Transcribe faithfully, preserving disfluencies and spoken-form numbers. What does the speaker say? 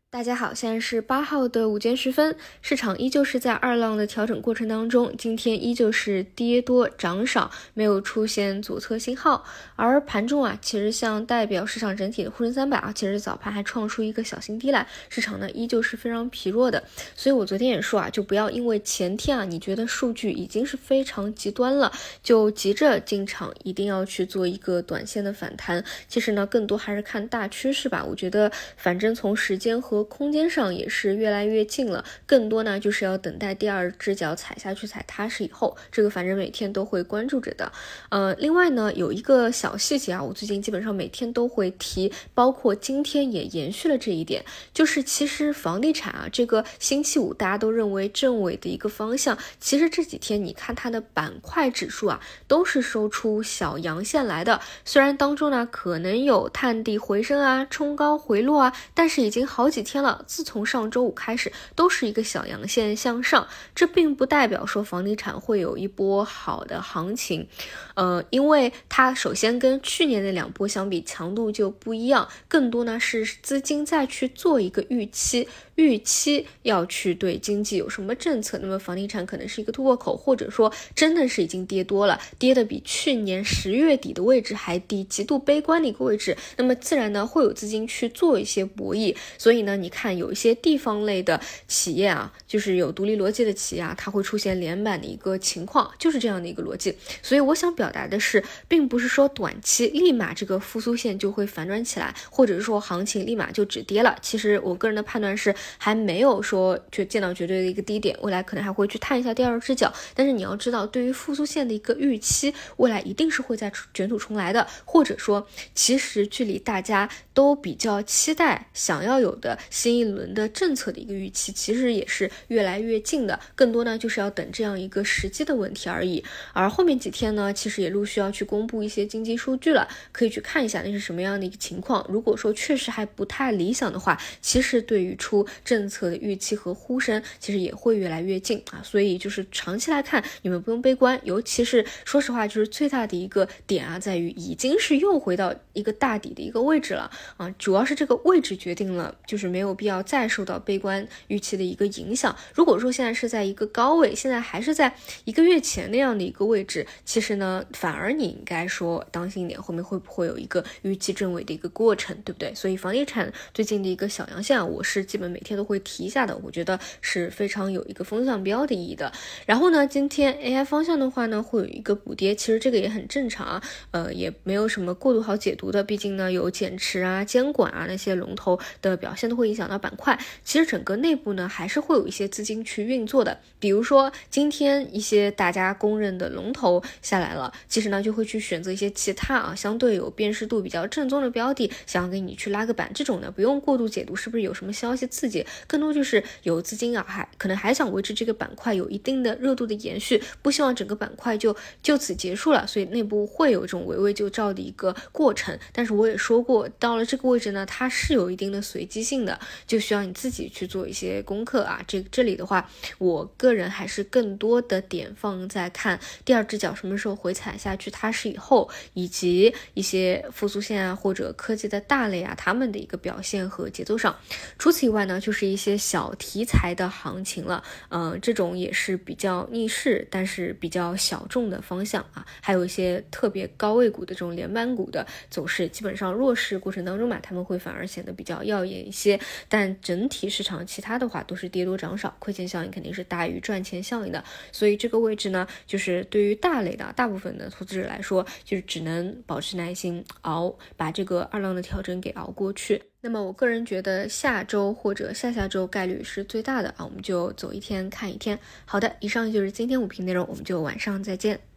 大家好，现在是八号的午间时分，市场依旧是在二浪的调整过程当中，今天依旧是跌多涨少，没有出现左侧信号。而盘中啊，其实像代表市场整体的沪深三百啊，其实早盘还创出一个小新低来，市场呢依旧是非常疲弱的。所以我昨天也说啊，就不要因为前天啊，你觉得数据已经是非常极端了，就急着进场，一定要去做一个短线的反弹。其实呢，更多还是看大趋势吧。我觉得反正从时间和空间上也是越来越近了，更多呢就是要等待第二只脚踩下去踩踏实以后，这个反正每天都会关注着的。呃，另外呢有一个小细节啊，我最近基本上每天都会提，包括今天也延续了这一点，就是其实房地产啊这个星期五大家都认为正尾的一个方向，其实这几天你看它的板块指数啊都是收出小阳线来的，虽然当中呢可能有探底回升啊，冲高回落啊，但是已经好几天了，自从上周五开始都是一个小阳线向上，这并不代表说房地产会有一波好的行情，呃，因为它首先跟去年的两波相比强度就不一样，更多呢是资金再去做一个预期，预期要去对经济有什么政策，那么房地产可能是一个突破口，或者说真的是已经跌多了，跌的比去年十月底的位置还低，极度悲观的一个位置，那么自然呢会有资金去做一些博弈，所以呢你看有一些地方类的企业啊，就是有独立逻辑的企业啊，它会出现连板的一个情况，就是这样的一个逻辑。所以我想表达的是，并不是说短期立马这个复苏线就会反转起来，或者是说行情立马就止跌了，其实我个人的判断是还没有说就见到绝对的一个低点，未来可能还会去探一下第二只脚，但是你要知道对于复苏线的一个预期，未来一定是会再卷土重来的，或者说其实距离大家都比较期待想要有的新一轮的政策的一个预期其实也是越来越近的，更多呢就是要等这样一个时机的问题而已。而后面几天呢其实也陆续要去公布一些经济数据了，可以去看一下那是什么样的一个情况，如果说确实还不太理想的话，其实对于出政策的预期和呼声其实也会越来越近啊。所以就是长期来看你们不用悲观，尤其是说实话就是最大的一个点啊在于已经是又回到一个大底的一个位置了啊，主要是这个位置决定了就是没有必要再受到悲观预期的一个影响。如果说现在是在一个高位，现在还是在一个月前那样的一个位置，其实呢反而你应该说当心一点，后面会不会有一个预期正尾的一个过程，对不对？所以房地产最近的一个小阳线我是基本每天都会提一下的，我觉得是非常有一个风向标的意义的。然后呢今天 A I 方向的话呢会有一个补跌，其实这个也很正常啊，呃也没有什么过度好解读的，毕竟呢有减持啊监管啊那些龙头的表现都会影响到板块，其实整个内部呢还是会有一些资金去运作的，比如说今天一些大家公认的龙头下来了，其实呢就会去选择一些其他啊相对有辨识度比较正宗的标的，想要给你去拉个板，这种呢不用过度解读是不是有什么消息刺激，更多就是有资金啊还可能还想维持这个板块有一定的热度的延续，不希望整个板块就就此结束了，所以内部会有这种围魏救赵的一个过程。但是我也说过到了这个位置呢它是有一定的随机性的，就需要你自己去做一些功课啊。这这里的话我个人还是更多的点放在看第二只脚什么时候回踩下去踏实以后，以及一些复苏线啊或者科技的大类啊他们的一个表现和节奏上。除此以外呢就是一些小题材的行情了，呃，这种也是比较逆势但是比较小众的方向啊，还有一些特别高位股的这种连板股的走势，基本上弱势过程当中嘛他们会反而显得比较耀眼一些，但整体市场其他的话都是跌多涨少，亏钱效应肯定是大于赚钱效应的，所以这个位置呢就是对于大类的大部分的投资者来说就是只能保持耐心熬，把这个二浪的调整给熬过去。那么我个人觉得下周或者下下周概率是最大的啊，我们就走一天看一天。好的，以上就是今天午评内容，我们就晚上再见。